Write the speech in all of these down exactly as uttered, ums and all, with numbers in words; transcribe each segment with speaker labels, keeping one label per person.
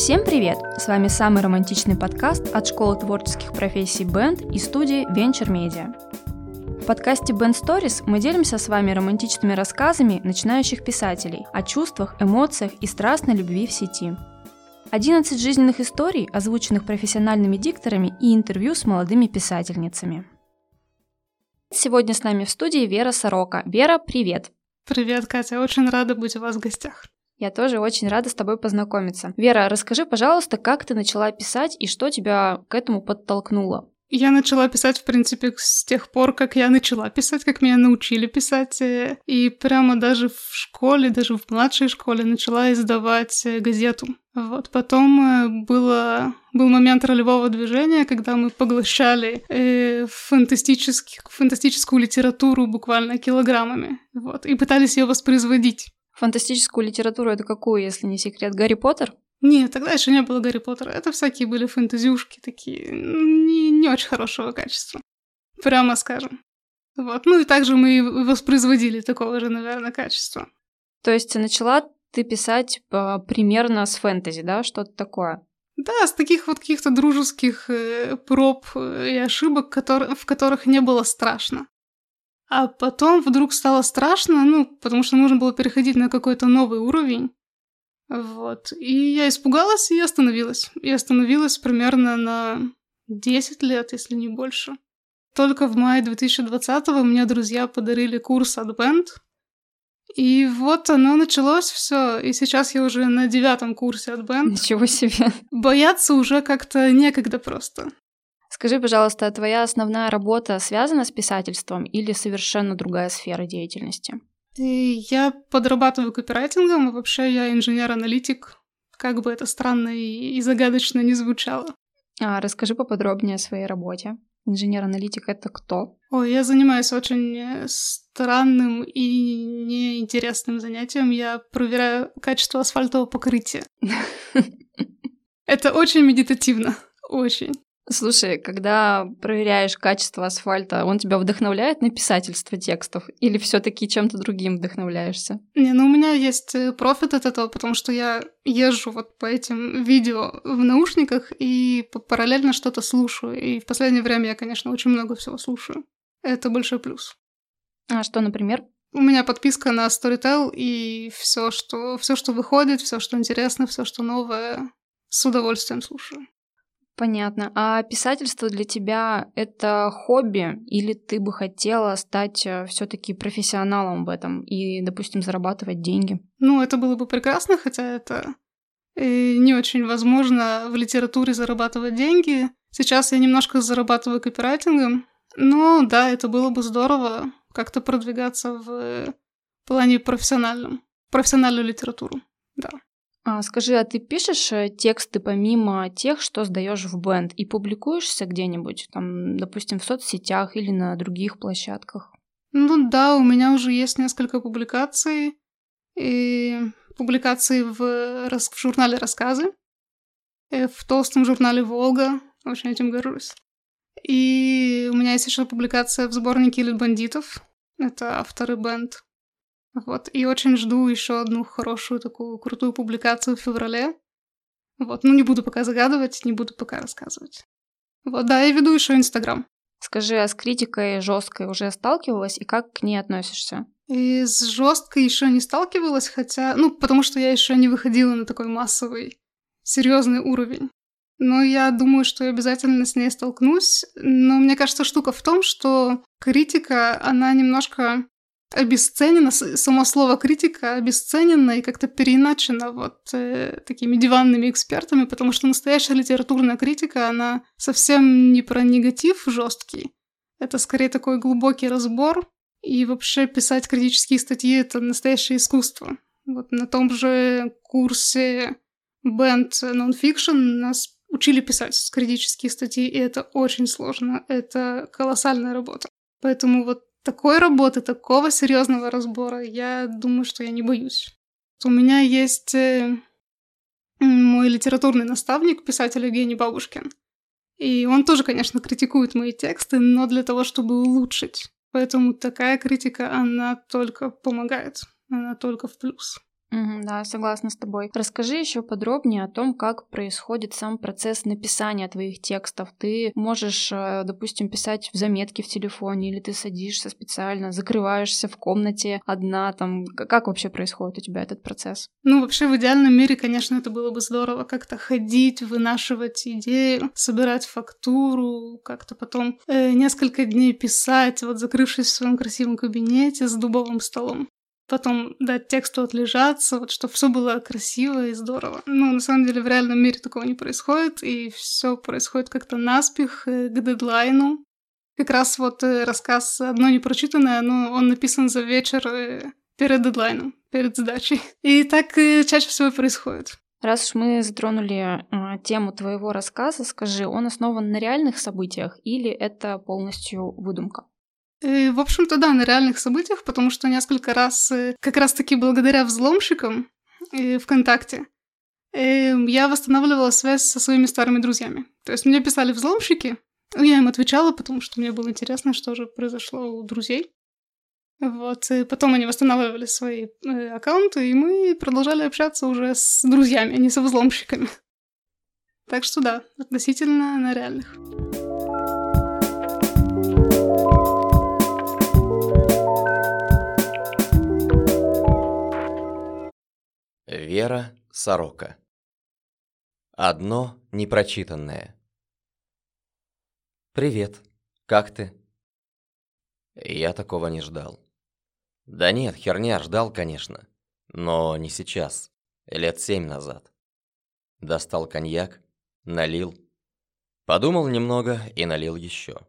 Speaker 1: Всем привет! С вами самый романтичный подкаст от Школы творческих профессий Band и студии Venture Media. В подкасте Band Stories мы делимся с вами романтичными рассказами начинающих писателей о чувствах, эмоциях и страстной любви в сети. одиннадцать жизненных историй, озвученных профессиональными дикторами и интервью с молодыми писательницами. Сегодня с нами в студии Вера Сорока. Вера, привет!
Speaker 2: Привет, Катя, очень рада быть у вас в гостях.
Speaker 1: Я тоже очень рада с тобой познакомиться. Вера, расскажи, пожалуйста, как ты начала писать и что тебя к этому подтолкнуло?
Speaker 2: Я начала писать, в принципе, с тех пор, как я начала писать, как меня научили писать. И прямо даже в школе, даже в младшей школе начала издавать газету. Вот. Потом было, был момент ролевого движения, когда мы поглощали э, фантастическую литературу буквально килограммами. Вот. И пытались ее воспроизводить.
Speaker 1: Фантастическую литературу — это какую, если не секрет? Гарри Поттер?
Speaker 2: Нет, тогда еще не было Гарри Поттера. Это всякие были фэнтезюшки такие, не, не очень хорошего качества, прямо скажем. Вот. Ну и также мы воспроизводили такого же, наверное, качества.
Speaker 1: То есть начала ты писать э, примерно с фэнтези, да? Что-то такое?
Speaker 2: Да, с таких вот каких-то дружеских э, проб и ошибок, который, в которых не было страшно. А потом вдруг стало страшно, ну, потому что нужно было переходить на какой-то новый уровень. Вот. И я испугалась и остановилась. И остановилась примерно на десять лет, если не больше. Только в мае две тысячи двадцатого мне друзья подарили курс от Band. И вот оно началось все. И сейчас я уже на девятом курсе от Band.
Speaker 1: Ничего себе.
Speaker 2: Бояться уже как-то некогда просто.
Speaker 1: Скажи, пожалуйста, твоя основная работа связана с писательством или совершенно другая сфера деятельности?
Speaker 2: И я подрабатываю копирайтингом, а вообще я инженер-аналитик, как бы это странно и, и загадочно не звучало.
Speaker 1: А, расскажи поподробнее о своей работе. Инженер-аналитик — это кто?
Speaker 2: Ой, я занимаюсь очень странным и неинтересным занятием. Я проверяю качество асфальтового покрытия. Это очень медитативно, очень.
Speaker 1: Слушай, когда проверяешь качество асфальта, он тебя вдохновляет на писательство текстов или все-таки чем-то другим вдохновляешься?
Speaker 2: Не, ну у меня есть профит от этого, потому что я езжу вот по этим видео в наушниках и параллельно что-то слушаю. И в последнее время я, конечно, очень много всего слушаю. Это большой плюс.
Speaker 1: А что, например?
Speaker 2: У меня подписка на Storytel, и все, что, все, что выходит, все, что интересно, все, что новое, с удовольствием слушаю.
Speaker 1: Понятно. А писательство для тебя — это хобби, или ты бы хотела стать все-таки профессионалом в этом и, допустим, зарабатывать деньги?
Speaker 2: Ну, это было бы прекрасно, хотя это не очень возможно в литературе зарабатывать деньги. Сейчас я немножко зарабатываю копирайтингом, но да, это было бы здорово как-то продвигаться в плане профессиональном, профессиональную литературу, да.
Speaker 1: А, скажи, а ты пишешь тексты помимо тех, что сдаешь в Band, и публикуешься где-нибудь, там, допустим, в соцсетях или на других площадках?
Speaker 2: Ну да, у меня уже есть несколько публикаций, и публикации в, в журнале «Рассказы», в толстом журнале «Волга», очень этим горжусь. И у меня есть еще публикация в сборнике «Элит бандитов», это авторы Band. Вот, и очень жду еще одну хорошую такую крутую публикацию в феврале. Вот, ну не буду пока загадывать, не буду пока рассказывать. Вот, да, я веду еще Инстаграм.
Speaker 1: Скажи, а с критикой жесткой уже сталкивалась и как к ней относишься?
Speaker 2: И с жесткой еще не сталкивалась, хотя, ну, потому что я еще не выходила на такой массовый, серьезный уровень. Но я думаю, что я обязательно с ней столкнусь. Но мне кажется, штука в том, что критика, она немножко обесценено, само слово критика обесценено и как-то переиначено вот э, такими диванными экспертами, потому что настоящая литературная критика, она совсем не про негатив жесткий, это скорее такой глубокий разбор, и вообще писать критические статьи — это настоящее искусство. Вот на том же курсе Band Nonfiction нас учили писать критические статьи, и это очень сложно, это колоссальная работа. Поэтому вот такой работы, такого серьезного разбора, я думаю, что я не боюсь. У меня есть э, мой литературный наставник, писатель Евгений Бабушкин. И он тоже, конечно, критикует мои тексты, но для того, чтобы улучшить. Поэтому такая критика, она только помогает, она только в плюс.
Speaker 1: Мгм, да, согласна с тобой. Расскажи еще подробнее о том, как происходит сам процесс написания твоих текстов. Ты можешь, э, допустим, писать в заметке в телефоне, или ты садишься специально, закрываешься в комнате одна, там, к- как вообще происходит у тебя этот процесс?
Speaker 2: Ну, вообще, в идеальном мире, конечно, это было бы здорово как-то ходить, вынашивать идею, собирать фактуру, как-то потом э, несколько дней писать, вот закрывшись в своем красивом кабинете с дубовым столом. Потом дать тексту отлежаться, вот чтобы все было красиво и здорово. Но на самом деле в реальном мире такого не происходит, и все происходит как-то наспех, э, к дедлайну. Как раз вот э, рассказ «Одно непрочитанное», но он написан за вечер э, перед дедлайном, перед сдачей. И так э, чаще всего и происходит.
Speaker 1: Раз уж мы затронули э, тему твоего рассказа, скажи, он основан на реальных событиях или это полностью выдумка?
Speaker 2: Э, В общем-то, да, на реальных событиях, потому что несколько раз, э, как раз-таки благодаря взломщикам э, ВКонтакте, э, я восстанавливала связь со своими старыми друзьями. То есть мне писали взломщики, ну, я им отвечала, потому что мне было интересно, что же произошло у друзей. Вот, и потом они восстанавливали свои э, аккаунты, и мы продолжали общаться уже с друзьями, а не со взломщиками. Так что да, относительно на реальных.
Speaker 3: Вера Сорока. Одно непрочитанное. Привет. Как ты? Я такого не ждал. Да нет, херня, ждал, конечно. Но не сейчас. Лет семь назад. Достал коньяк, налил. Подумал немного и налил еще.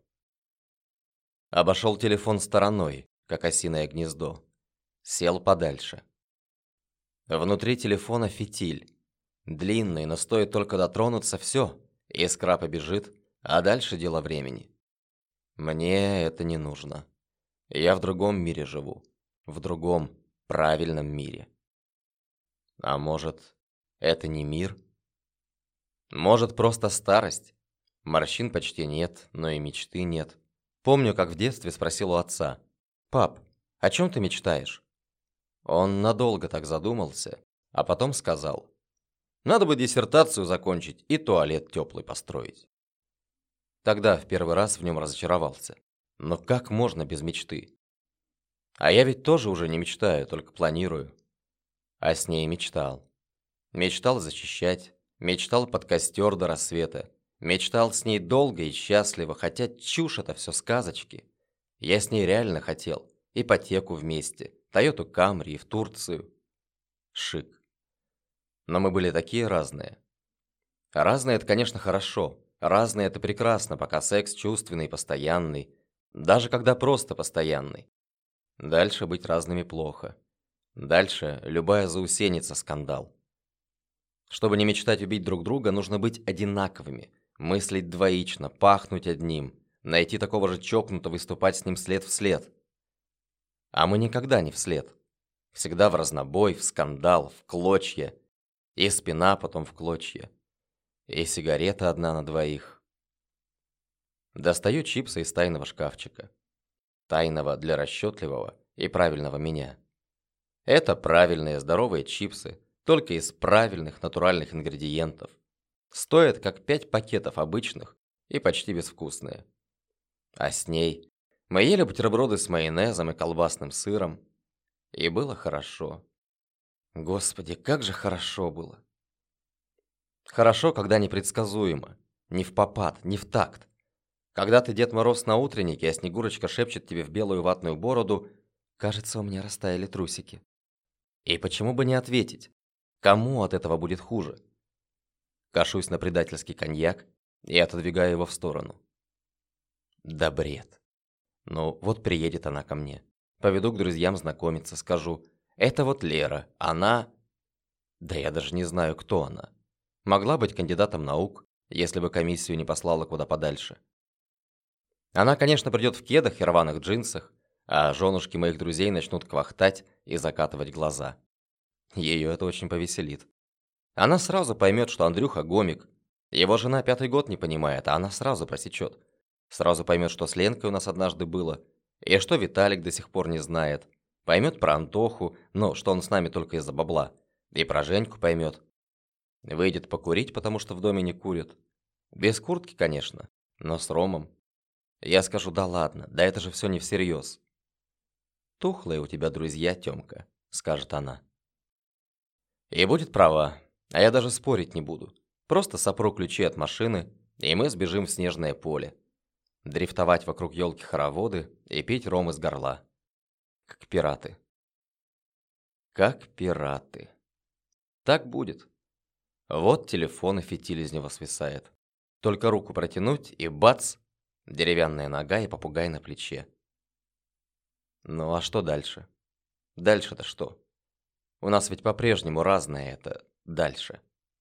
Speaker 3: Обошел телефон стороной, как осиное гнездо. Сел подальше. Внутри телефона фитиль. Длинный, но стоит только дотронуться, все, искра побежит, а дальше дело времени. Мне это не нужно. Я в другом мире живу. В другом, правильном мире. А может, это не мир? Может, просто старость? Морщин почти нет, но и мечты нет. Помню, как в детстве спросил у отца: «Пап, о чем ты мечтаешь?» Он надолго так задумался, а потом сказал: «Надо бы диссертацию закончить и туалет теплый построить». Тогда в первый раз в нем разочаровался. Но как можно без мечты? А я ведь тоже уже не мечтаю, только планирую. А с ней мечтал. Мечтал защищать, мечтал под костер до рассвета, мечтал с ней долго и счастливо, хотя чушь это все сказочки. Я с ней реально хотел. Ипотеку вместе, Тойоту Камри и в Турцию. Шик. Но мы были такие разные. Разные – это, конечно, хорошо. Разные – это прекрасно, пока секс чувственный и постоянный. Даже когда просто постоянный. Дальше быть разными плохо. Дальше любая заусеница – скандал. Чтобы не мечтать убить друг друга, нужно быть одинаковыми, мыслить двоично, пахнуть одним, найти такого же чокнутого и выступать с ним след в след. А мы никогда не вслед. Всегда в разнобой, в скандал, в клочья. И спина потом в клочья. И сигарета одна на двоих. Достаю чипсы из тайного шкафчика. Тайного для расчетливого и правильного меня. Это правильные здоровые чипсы, только из правильных натуральных ингредиентов. Стоят как пять пакетов обычных и почти безвкусные. А с ней мы ели бутерброды с майонезом и колбасным сыром. И было хорошо. Господи, как же хорошо было. Хорошо, когда непредсказуемо, не впопад, не в такт. Когда ты Дед Мороз на утреннике, а Снегурочка шепчет тебе в белую ватную бороду: «Кажется, у меня растаяли трусики». И почему бы не ответить? Кому от этого будет хуже? Кашусь на предательский коньяк и отодвигаю его в сторону. Да бред. Ну, вот приедет она ко мне. Поведу к друзьям знакомиться, скажу: «Это вот Лера, она...» Да я даже не знаю, кто она. Могла быть кандидатом наук, если бы комиссию не послала куда подальше. Она, конечно, придет в кедах и рваных джинсах, а женушки моих друзей начнут квахтать и закатывать глаза. Ее это очень повеселит. Она сразу поймет, что Андрюха гомик. Его жена пятый год не понимает, а она сразу просечет. Сразу поймет, что с Ленкой у нас однажды было, и что Виталик до сих пор не знает. Поймет про Антоху, но что он с нами только из-за бабла. И про Женьку поймет. Выйдет покурить, потому что в доме не курят. Без куртки, конечно, но с ромом. Я скажу: да ладно, да это же все не всерьез. Тухлые у тебя друзья, Тёмка, скажет она. И будет права, а я даже спорить не буду. Просто сопру ключи от машины, и мы сбежим в снежное поле. Дрифтовать вокруг елки-хороводы и пить ром из горла. Как пираты. Как пираты. Так будет. Вот телефон, и фитиль из него свисает. Только руку протянуть, и бац! Деревянная нога и попугай на плече. Ну а что дальше? Дальше-то что? У нас ведь по-прежнему разное это «дальше».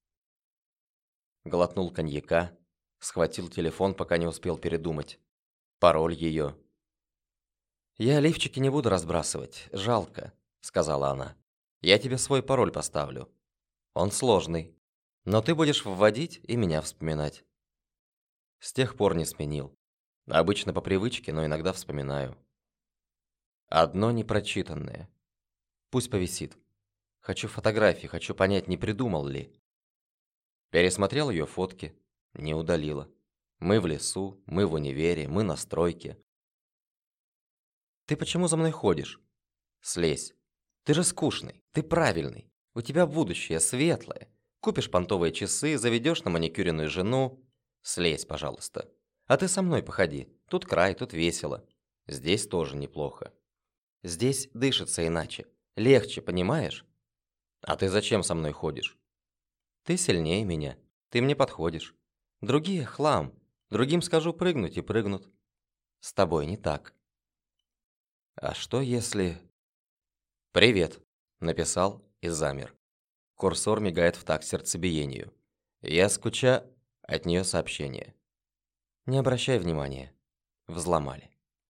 Speaker 3: Глотнул коньяка, схватил телефон, пока не успел передумать. Пароль ее. «Я лифчики не буду разбрасывать, жалко», — сказала она. «Я тебе свой пароль поставлю. Он сложный, но ты будешь вводить и меня вспоминать». С тех пор не сменил. Обычно по привычке, но иногда вспоминаю. Одно непрочитанное. Пусть повисит. Хочу фотографии, хочу понять, не придумал ли. Пересмотрел ее фотки, не удалила. Мы в лесу, мы в универе, мы на стройке. «Ты почему за мной ходишь?» «Слезь. Ты же скучный, ты правильный. У тебя будущее светлое. Купишь понтовые часы, заведешь на маникюренную жену. Слезь, пожалуйста. А ты со мной походи. Тут край, тут весело. Здесь тоже неплохо. Здесь дышится иначе. Легче, понимаешь? А ты зачем со мной ходишь? Ты сильнее меня. Ты мне подходишь. Другие — хлам. Другим скажу прыгнуть и прыгнут. С тобой не так. А что если... «Привет», — написал и замер. Курсор мигает в такт сердцебиению. Я скуча... От нее сообщение. Не обращай внимания. Взломали.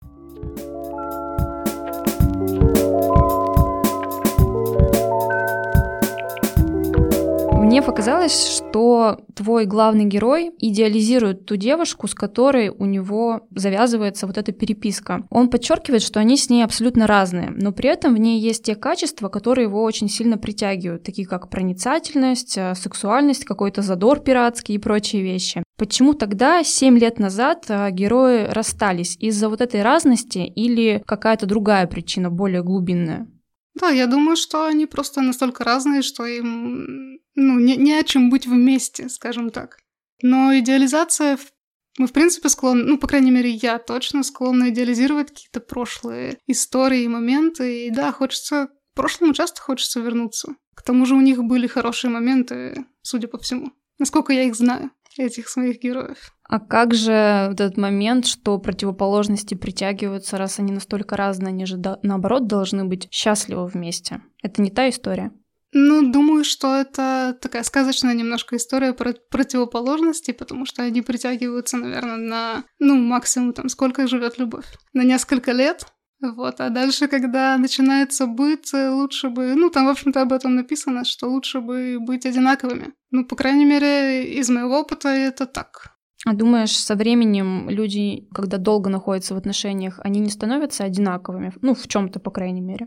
Speaker 1: Мне показалось, что твой главный герой идеализирует ту девушку, с которой у него завязывается вот эта переписка. Он подчеркивает, что они с ней абсолютно разные, но при этом в ней есть те качества, которые его очень сильно притягивают, такие как проницательность, сексуальность, какой-то задор пиратский и прочие вещи. Почему тогда, семь лет назад, герои расстались? Из-за вот этой разности или какая-то другая причина, более глубинная?
Speaker 2: Да, я думаю, что они просто настолько разные, что им, ну, не, не о чем быть вместе, скажем так. Но идеализация, мы в принципе склонны, ну, по крайней мере, я точно склонна идеализировать какие-то прошлые истории и моменты. И да, хочется, к прошлому часто хочется вернуться. К тому же у них были хорошие моменты, судя по всему. Насколько я их знаю, этих своих героев.
Speaker 1: А как же вот этот момент, что противоположности притягиваются, раз они настолько разные, они же до- наоборот должны быть счастливы вместе? Это не та история?
Speaker 2: Ну, думаю, что это такая сказочная немножко история про противоположностей, потому что они притягиваются, наверное, на, ну, максимум, там, сколько живет любовь? На несколько лет. Вот, а дальше, когда начинается быт, лучше бы... Ну, там, в общем-то, об этом написано, что лучше бы быть одинаковыми. Ну, по крайней мере, из моего опыта это так.
Speaker 1: А думаешь, со временем люди, когда долго находятся в отношениях, они не становятся одинаковыми? Ну, в чем-то, по крайней мере.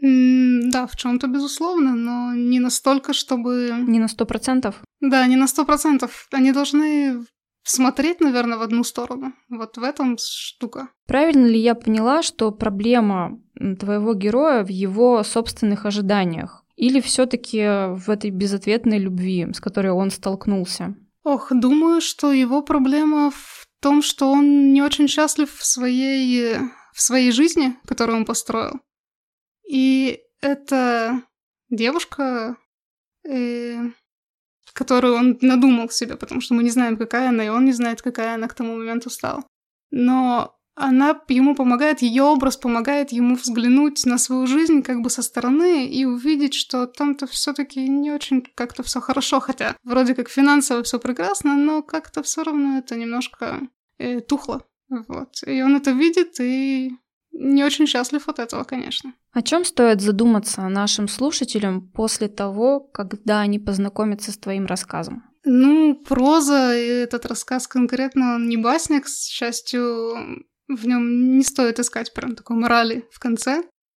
Speaker 2: М, да, в чем-то, безусловно, но не настолько, чтобы...
Speaker 1: Не на сто процентов?
Speaker 2: Да, не на сто процентов. Они должны смотреть, наверное, в одну сторону. Вот в этом штука.
Speaker 1: Правильно ли я поняла, что проблема твоего героя в его собственных ожиданиях? Или все-таки в этой безответной любви, с которой он столкнулся?
Speaker 2: Ох, думаю, что его проблема в том, что он не очень счастлив в своей, в своей жизни, которую он построил. И эта девушка, э, которую он надумал себе, потому что мы не знаем, какая она, и он не знает, какая она к тому моменту стала. Но она ему помогает, ее образ помогает ему взглянуть на свою жизнь как бы со стороны и увидеть, что там-то все-таки не очень как-то все хорошо, хотя вроде как финансово все прекрасно, но как-то все равно это немножко э, тухло. Вот. И он это видит и не очень счастлив от этого, конечно.
Speaker 1: О чем стоит задуматься нашим слушателям после того, когда они познакомятся с твоим рассказом?
Speaker 2: Ну, проза, и этот рассказ конкретно, он не басняк, к счастью, в нем не стоит искать прям такой морали в конце.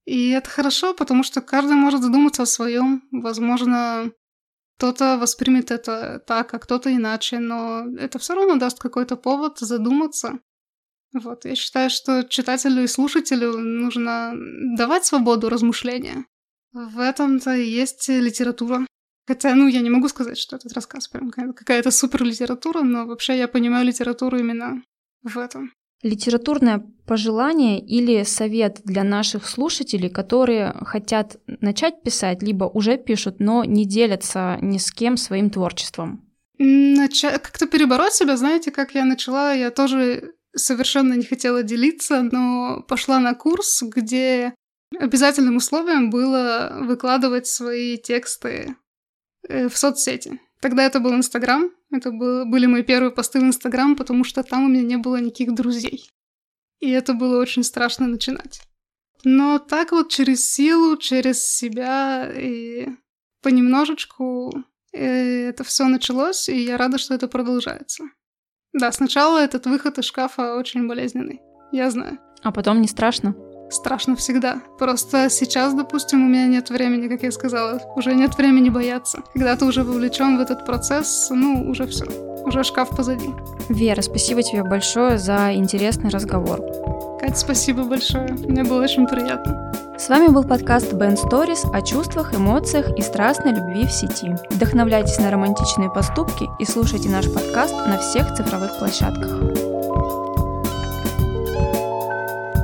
Speaker 2: И это хорошо, потому что каждый может задуматься о своем. Возможно, кто-то воспримет это так, а кто-то иначе, но это все равно даст какой-то повод задуматься. Вот, я считаю, что читателю и слушателю нужно давать свободу размышления. В этом-то и есть литература. Хотя, ну, я не могу сказать, что этот рассказ прям какая-то суперлитература, но вообще я понимаю литературу именно в этом.
Speaker 1: Литературное пожелание или совет для наших слушателей, которые хотят начать писать, либо уже пишут, но не делятся ни с кем своим творчеством?
Speaker 2: Нача... Как-то перебороть себя, знаете, как я начала, я тоже совершенно не хотела делиться, но пошла на курс, где обязательным условием было выкладывать свои тексты в соцсети. Тогда это был Инстаграм, это был, были мои первые посты в Инстаграм, потому что там у меня не было никаких друзей. И это было очень страшно начинать. Но так вот через силу, через себя и понемножечку это все началось, и я рада, что это продолжается. Да, сначала этот выход из шкафа очень болезненный, я знаю.
Speaker 1: А потом не страшно?
Speaker 2: Страшно всегда. Просто сейчас, допустим, у меня нет времени, как я сказала. Уже нет времени бояться. Когда ты уже вовлечен в этот процесс, ну, уже все. Уже шкаф позади.
Speaker 1: Вера, спасибо тебе большое за интересный разговор.
Speaker 2: Кать, спасибо большое. Мне было очень приятно.
Speaker 1: С вами был подкаст Band Stories о чувствах, эмоциях и страстной любви в сети. Вдохновляйтесь на романтичные поступки и слушайте наш подкаст на всех цифровых площадках.